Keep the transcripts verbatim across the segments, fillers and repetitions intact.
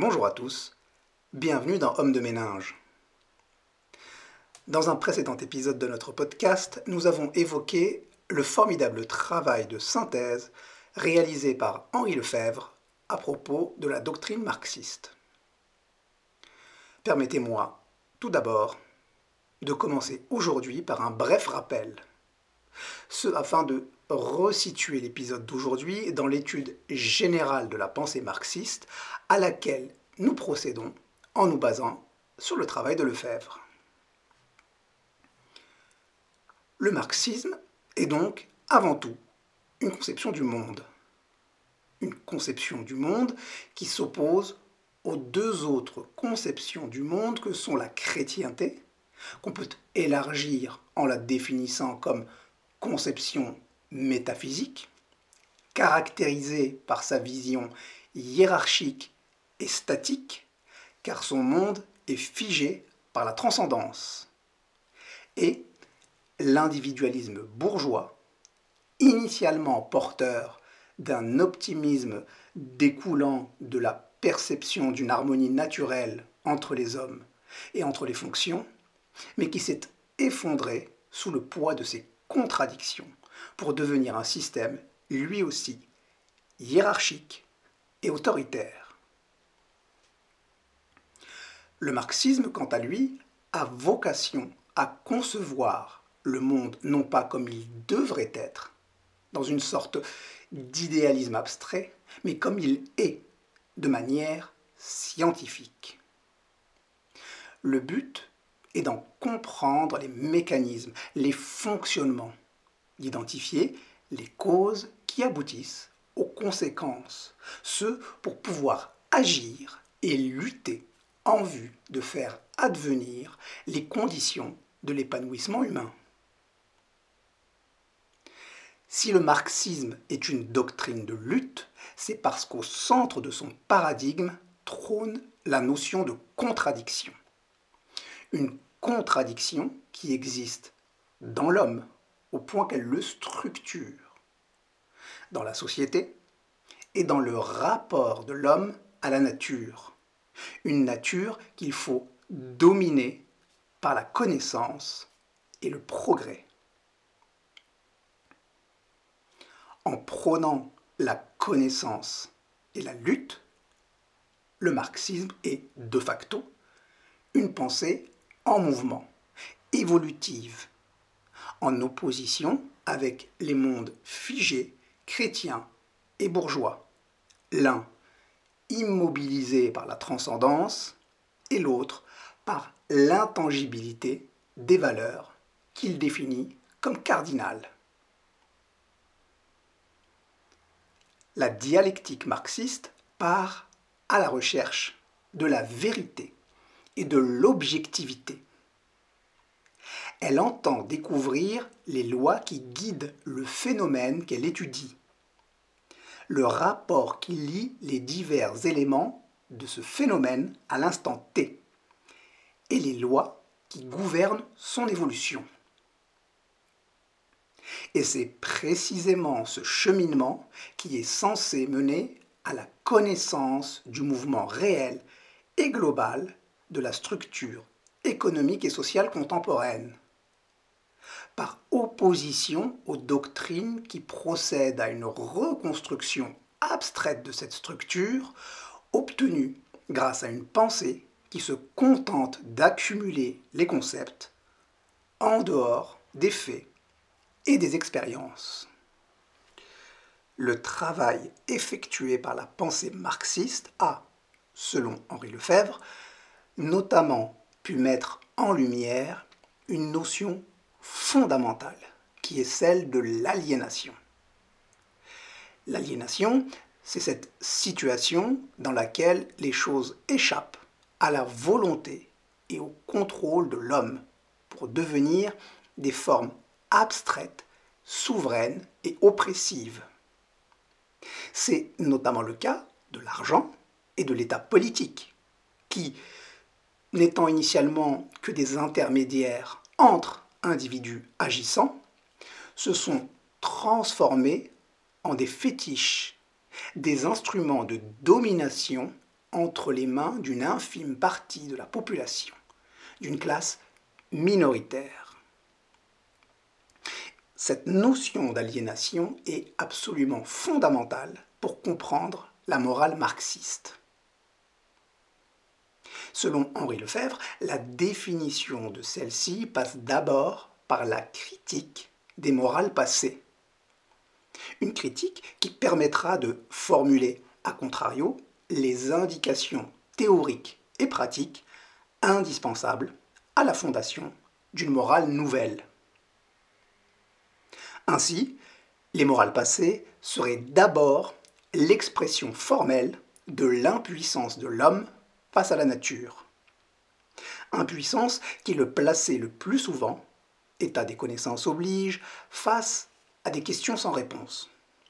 Bonjour à tous, bienvenue dans Homme de ménage. Dans un précédent épisode de notre podcast, nous avons évoqué le formidable travail de synthèse réalisé par Henri Lefebvre à propos de la doctrine marxiste. Permettez-moi, tout d'abord, de commencer aujourd'hui par un bref rappel, ce afin de resituer l'épisode d'aujourd'hui dans l'étude générale de la pensée marxiste à laquelle nous procédons en nous basant sur le travail de Lefebvre. Le marxisme est donc avant tout une conception du monde. Une conception du monde qui s'oppose aux deux autres conceptions du monde que sont la chrétienté, qu'on peut élargir en la définissant comme conception métaphysique, caractérisée par sa vision hiérarchique et statique, car son monde est figé par la transcendance, et l'individualisme bourgeois, initialement porteur d'un optimisme découlant de la perception d'une harmonie naturelle entre les hommes et entre les fonctions, mais qui s'est effondré sous le poids de ses contradictions pour devenir un système, lui aussi, hiérarchique et autoritaire. Le marxisme, quant à lui, a vocation à concevoir le monde non pas comme il devrait être, dans une sorte d'idéalisme abstrait, mais comme il est, de manière scientifique. Le but est d'en comprendre les mécanismes, les fonctionnements, d'identifier les causes qui aboutissent aux conséquences, ce pour pouvoir agir et lutter en vue de faire advenir les conditions de l'épanouissement humain. Si le marxisme est une doctrine de lutte, c'est parce qu'au centre de son paradigme trône la notion de contradiction. Une contradiction qui existe dans l'homme, au point qu'elle le structure, dans la société et dans le rapport de l'homme à la nature. Une nature qu'il faut dominer par la connaissance et le progrès. En prônant la connaissance et la lutte, le marxisme est de facto une pensée en mouvement, évolutive, en opposition avec les mondes figés, chrétiens et bourgeois, l'un immobilisé par la transcendance et l'autre par l'intangibilité des valeurs qu'il définit comme cardinales. La dialectique marxiste part à la recherche de la vérité et de l'objectivité. Elle entend découvrir les lois qui guident le phénomène qu'elle étudie, le rapport qui lie les divers éléments de ce phénomène à l'instant T, et les lois qui gouvernent son évolution. Et c'est précisément ce cheminement qui est censé mener à la connaissance du mouvement réel et global de la structure économique et sociale contemporaine, par opposition aux doctrines qui procèdent à une reconstruction abstraite de cette structure, obtenue grâce à une pensée qui se contente d'accumuler les concepts en dehors des faits et des expériences. Le travail effectué par la pensée marxiste a, selon Henri Lefebvre, notamment pu mettre en lumière une notion fondamentale, qui est celle de l'aliénation. L'aliénation, c'est cette situation dans laquelle les choses échappent à la volonté et au contrôle de l'homme pour devenir des formes abstraites, souveraines et oppressives. C'est notamment le cas de l'argent et de l'État politique, qui, n'étant initialement que des intermédiaires entre individus agissants, se sont transformés en des fétiches, des instruments de domination entre les mains d'une infime partie de la population, d'une classe minoritaire. Cette notion d'aliénation est absolument fondamentale pour comprendre la morale marxiste. Selon Henri Lefebvre, la définition de celle-ci passe d'abord par la critique des morales passées. Une critique qui permettra de formuler, à contrario, les indications théoriques et pratiques indispensables à la fondation d'une morale nouvelle. Ainsi, les morales passées seraient d'abord l'expression formelle de l'impuissance de l'homme face à la nature. Impuissance qui le plaçait le plus souvent, état des connaissances oblige, face à des questions sans réponse.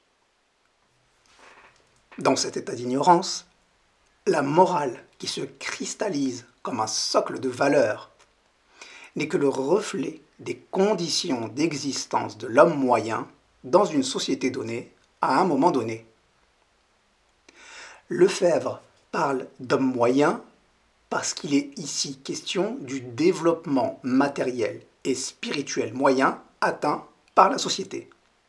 Dans cet état d'ignorance, la morale qui se cristallise comme un socle de valeurs n'est que le reflet des conditions d'existence de l'homme moyen dans une société donnée à un moment donné. Lefebvre parle d'homme moyen parce qu'il est ici question du développement matériel et spirituel moyen atteint par la société.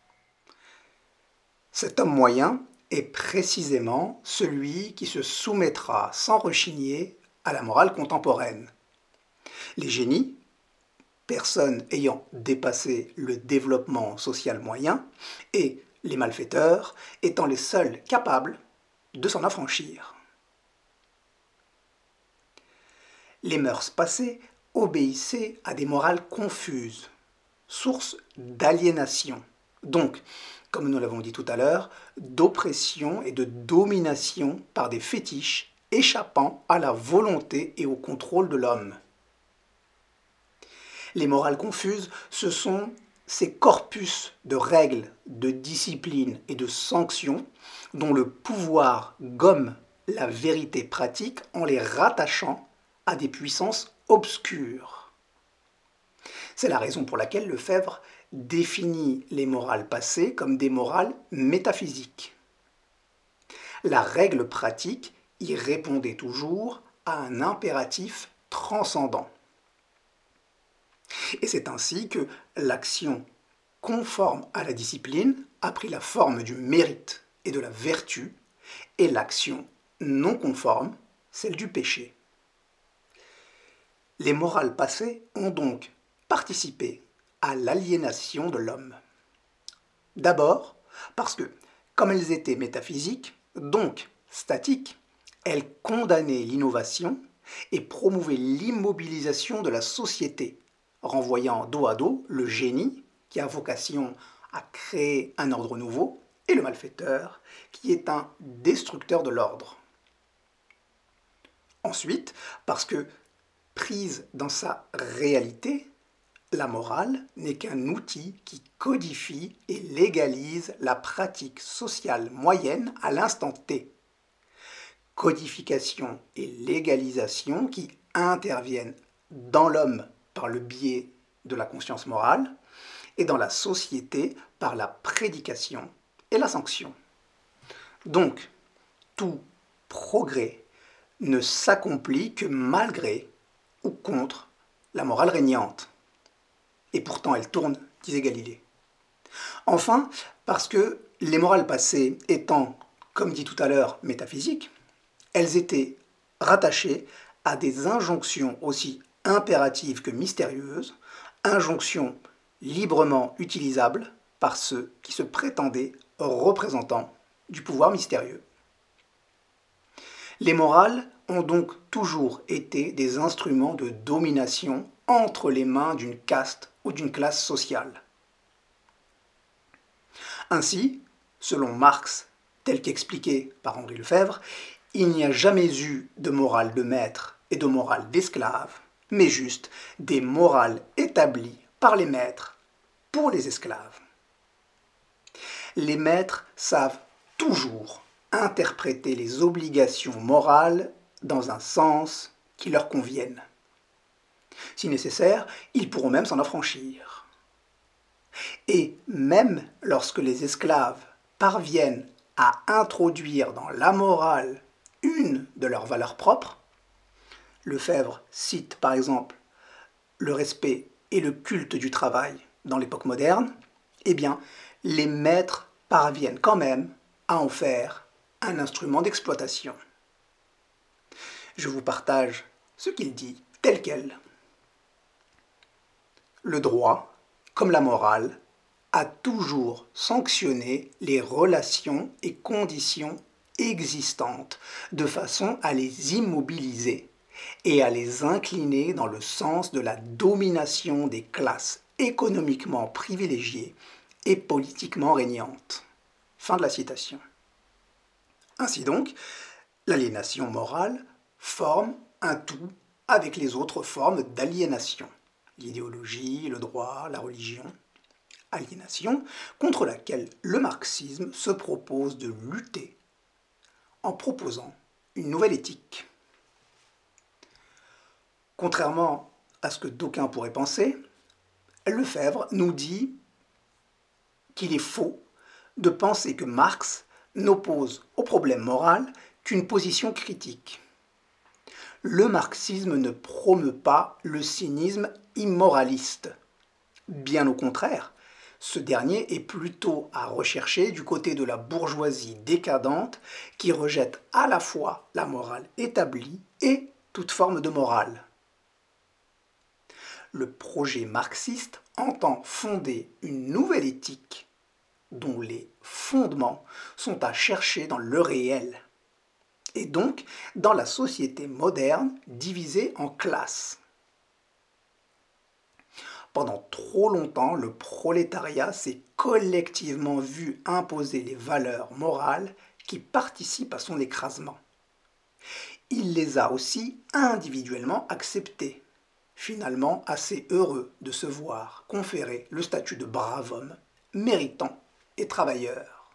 Cet homme moyen est précisément celui qui se soumettra sans rechigner à la morale contemporaine. Les génies, personnes ayant dépassé le développement social moyen, et les malfaiteurs étant les seuls capables de s'en affranchir. Les mœurs passées obéissaient à des morales confuses, source d'aliénation, donc, comme nous l'avons dit tout à l'heure, d'oppression et de domination par des fétiches échappant à la volonté et au contrôle de l'homme. Les morales confuses, ce sont ces corpus de règles, de disciplines et de sanctions dont le pouvoir gomme la vérité pratique en les rattachant à des puissances obscures. C'est la raison pour laquelle Lefebvre définit les morales passées comme des morales métaphysiques. La règle pratique y répondait toujours à un impératif transcendant. Et c'est ainsi que l'action conforme à la discipline a pris la forme du mérite et de la vertu, et l'action non conforme, celle du péché. Les morales passées ont donc participé à l'aliénation de l'homme. D'abord parce que, comme elles étaient métaphysiques, donc statiques, elles condamnaient l'innovation et promouvaient l'immobilisation de la société, renvoyant dos à dos le génie, qui a vocation à créer un ordre nouveau, et le malfaiteur, qui est un destructeur de l'ordre. Ensuite, parce que, prise dans sa réalité, la morale n'est qu'un outil qui codifie et légalise la pratique sociale moyenne à l'instant T. Codification et légalisation qui interviennent dans l'homme par le biais de la conscience morale et dans la société par la prédication et la sanction. Donc, tout progrès ne s'accomplit que malgré ou contre la morale régnante. Et pourtant elle tourne, disait Galilée. Enfin, parce que les morales passées étant, comme dit tout à l'heure, métaphysiques, elles étaient rattachées à des injonctions aussi impératives que mystérieuses, injonctions librement utilisables par ceux qui se prétendaient représentants du pouvoir mystérieux. Les morales ont donc toujours été des instruments de domination entre les mains d'une caste ou d'une classe sociale. Ainsi, selon Marx, tel qu'expliqué par Henri Lefebvre, il n'y a jamais eu de morale de maître et de morale d'esclave, mais juste des morales établies par les maîtres pour les esclaves. Les maîtres savent toujours interpréter les obligations morales dans un sens qui leur convienne. Si nécessaire, ils pourront même s'en affranchir. Et même lorsque les esclaves parviennent à introduire dans la morale une de leurs valeurs propres. Lefebvre cite par exemple le respect et le culte du travail dans l'époque moderne. Eh bien, les maîtres parviennent quand même à en faire un instrument d'exploitation. Je vous partage ce qu'il dit tel quel. Le droit, comme la morale, a toujours sanctionné les relations et conditions existantes de façon à les immobiliser et à les incliner dans le sens de la domination des classes économiquement privilégiées et politiquement régnantes. Fin de la citation. Ainsi donc, l'aliénation morale forme un tout avec les autres formes d'aliénation, l'idéologie, le droit, la religion. Aliénation contre laquelle le marxisme se propose de lutter en proposant une nouvelle éthique. Contrairement à ce que d'aucuns pourraient penser, Lefebvre nous dit qu'il est faux de penser que Marx n'oppose au problème moral qu'une position critique. Le marxisme ne promeut pas le cynisme immoraliste. Bien au contraire, ce dernier est plutôt à rechercher du côté de la bourgeoisie décadente qui rejette à la fois la morale établie et toute forme de morale. Le projet marxiste entend fonder une nouvelle éthique dont les fondements sont à chercher dans le réel, et donc dans la société moderne divisée en classes. Pendant trop longtemps, le prolétariat s'est collectivement vu imposer les valeurs morales qui participent à son écrasement. Il les a aussi individuellement acceptées, finalement assez heureux de se voir conférer le statut de brave homme, méritant et travailleur.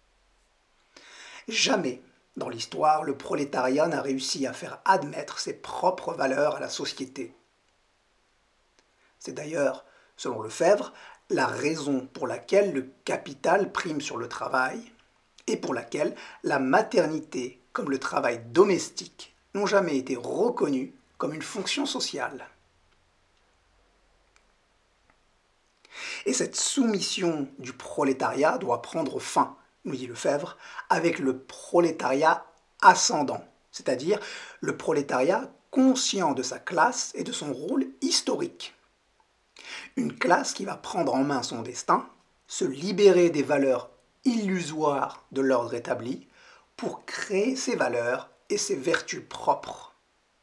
Jamais dans l'histoire le prolétariat n'a réussi à faire admettre ses propres valeurs à la société. C'est d'ailleurs, selon Lefebvre, la raison pour laquelle le capital prime sur le travail et pour laquelle la maternité comme le travail domestique n'ont jamais été reconnus comme une fonction sociale. Et cette soumission du prolétariat doit prendre fin, nous dit Lefebvre, avec le prolétariat ascendant, c'est-à-dire le prolétariat conscient de sa classe et de son rôle historique. Une classe qui va prendre en main son destin, se libérer des valeurs illusoires de l'ordre établi pour créer ses valeurs et ses vertus propres.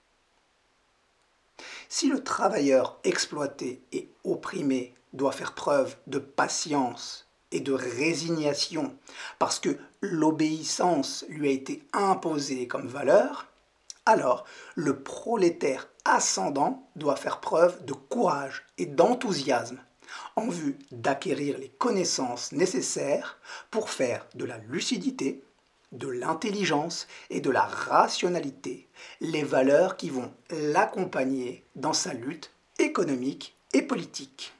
Si le travailleur exploité et opprimé doit faire preuve de patience et de résignation parce que l'obéissance lui a été imposée comme valeur, alors le prolétaire ascendant doit faire preuve de courage et d'enthousiasme en vue d'acquérir les connaissances nécessaires pour faire de la lucidité, de l'intelligence et de la rationalité les valeurs qui vont l'accompagner dans sa lutte économique et politique.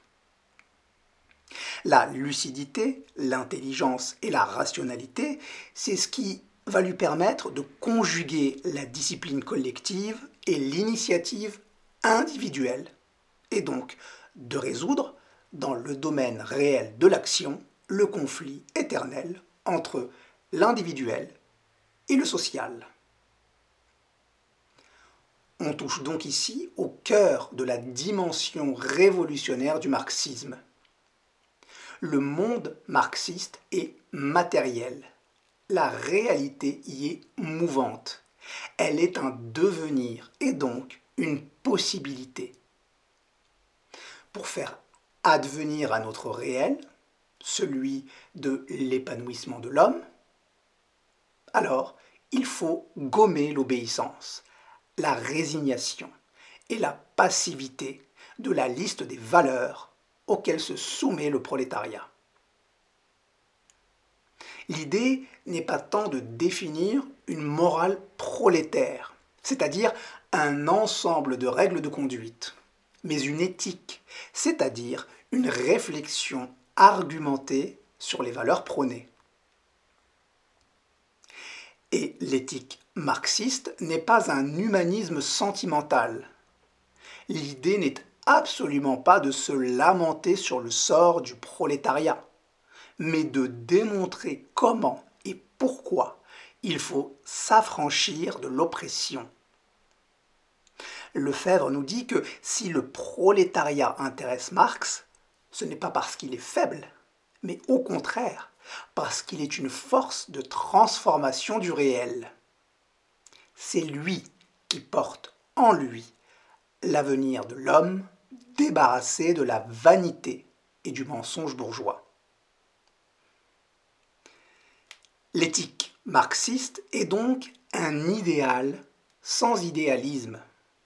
La lucidité, l'intelligence et la rationalité, c'est ce qui va lui permettre de conjuguer la discipline collective et l'initiative individuelle, et donc de résoudre, dans le domaine réel de l'action, le conflit éternel entre l'individuel et le social. On touche donc ici au cœur de la dimension révolutionnaire du marxisme. Le monde marxiste est matériel. La réalité y est mouvante. Elle est un devenir et donc une possibilité. Pour faire advenir à notre réel, celui de l'épanouissement de l'homme, alors il faut gommer l'obéissance, la résignation et la passivité de la liste des valeurs auxquelles se soumet le prolétariat. L'idée n'est pas tant de définir une morale prolétaire, c'est-à-dire un ensemble de règles de conduite, mais une éthique, c'est-à-dire une réflexion argumentée sur les valeurs prônées. Et l'éthique marxiste n'est pas un humanisme sentimental. L'idée n'est absolument pas de se lamenter sur le sort du prolétariat, mais de démontrer comment et pourquoi il faut s'affranchir de l'oppression. Lefebvre nous dit que si le prolétariat intéresse Marx, ce n'est pas parce qu'il est faible, mais au contraire, parce qu'il est une force de transformation du réel. C'est lui qui porte en lui l'avenir de l'homme débarrassé de la vanité et du mensonge bourgeois. L'éthique marxiste est donc un idéal sans idéalisme.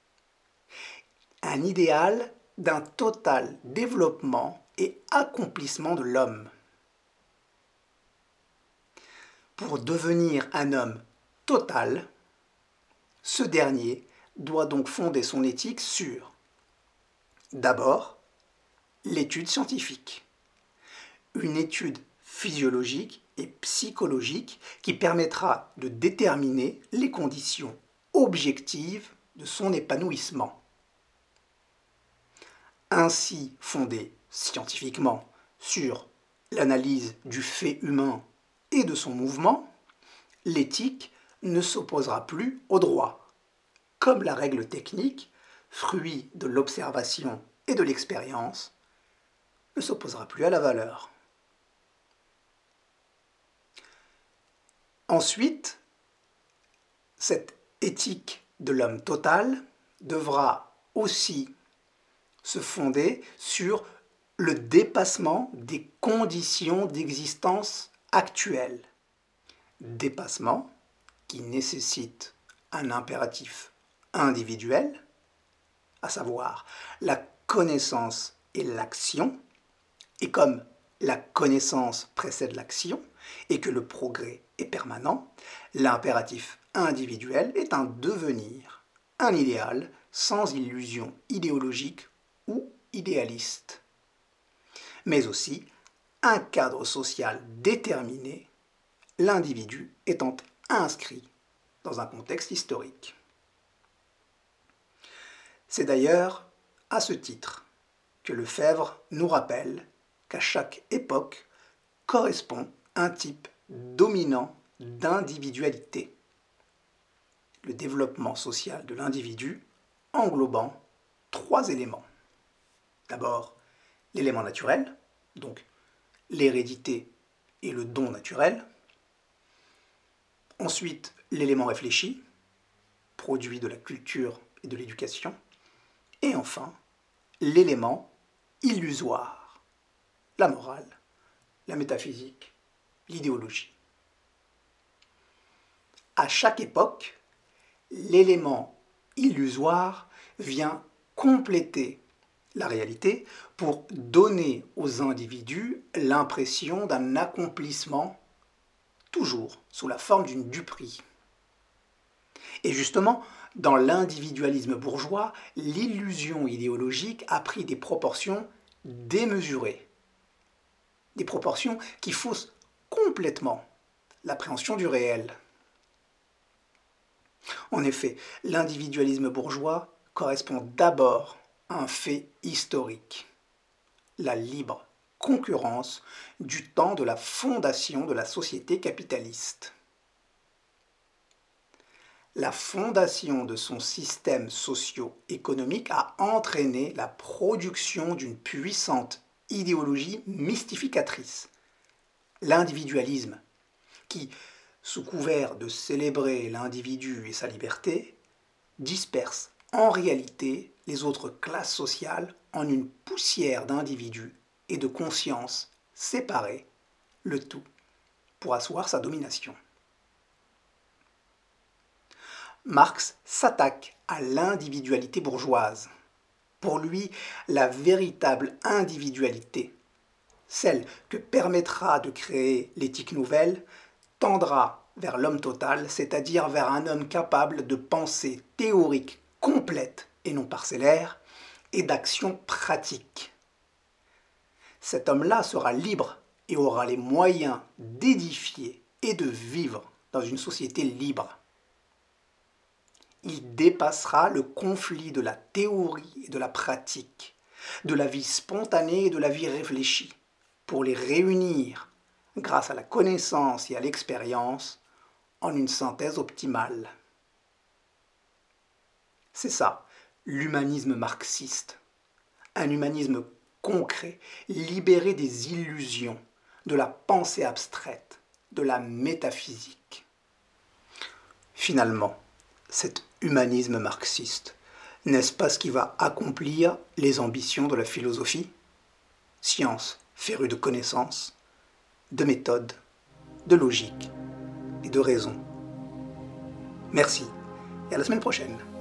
Un idéal d'un total développement et accomplissement de l'homme. Pour devenir un homme total, ce dernier doit donc fonder son éthique sur, d'abord, l'étude scientifique, une étude physiologique et psychologique qui permettra de déterminer les conditions objectives de son épanouissement. Ainsi fondée scientifiquement sur l'analyse du fait humain et de son mouvement, l'éthique ne s'opposera plus au droit, comme la règle technique, fruit de l'observation et de l'expérience, ne s'opposera plus à la valeur. Ensuite, cette éthique de l'homme total devra aussi se fonder sur le dépassement des conditions d'existence actuelles. Dépassement qui nécessite un impératif individuel, à savoir la connaissance et l'action, et comme la connaissance précède l'action et que le progrès est permanent, l'impératif individuel est un devenir, un idéal sans illusion idéologique ou idéaliste, mais aussi un cadre social déterminé, l'individu étant inscrit dans un contexte historique. C'est d'ailleurs à ce titre que Lefebvre nous rappelle qu'à chaque époque correspond un type dominant d'individualité, le développement social de l'individu englobant trois éléments. D'abord, l'élément naturel, donc l'hérédité et le don naturel. Ensuite, l'élément réfléchi, produit de la culture et de l'éducation. Et enfin, l'élément illusoire, la morale, la métaphysique, l'idéologie. À chaque époque, l'élément illusoire vient compléter la réalité pour donner aux individus l'impression d'un accomplissement, toujours sous la forme d'une duperie. Et justement, dans l'individualisme bourgeois, l'illusion idéologique a pris des proportions démesurées, des proportions qui faussent complètement l'appréhension du réel. En effet, l'individualisme bourgeois correspond d'abord à un fait historique, la libre concurrence du temps de la fondation de la société capitaliste. La fondation de son système socio-économique a entraîné la production d'une puissante idéologie mystificatrice, l'individualisme, qui, sous couvert de célébrer l'individu et sa liberté, disperse en réalité les autres classes sociales en une poussière d'individus et de consciences séparées, le tout pour asseoir sa domination. Marx s'attaque à l'individualité bourgeoise. Pour lui, la véritable individualité, celle que permettra de créer l'éthique nouvelle, tendra vers l'homme total, c'est-à-dire vers un homme capable de pensée théorique complète et non parcellaire, et d'action pratique. Cet homme-là sera libre et aura les moyens d'édifier et de vivre dans une société libre. Il dépassera le conflit de la théorie et de la pratique, de la vie spontanée et de la vie réfléchie, pour les réunir, grâce à la connaissance et à l'expérience, en une synthèse optimale. C'est ça, l'humanisme marxiste. Un humanisme concret, libéré des illusions, de la pensée abstraite, de la métaphysique. Finalement, cet humanisme marxiste, n'est-ce pas ce qui va accomplir les ambitions de la philosophie? Science férue de connaissances, de méthode, de logique et de raison. Merci et à la semaine prochaine.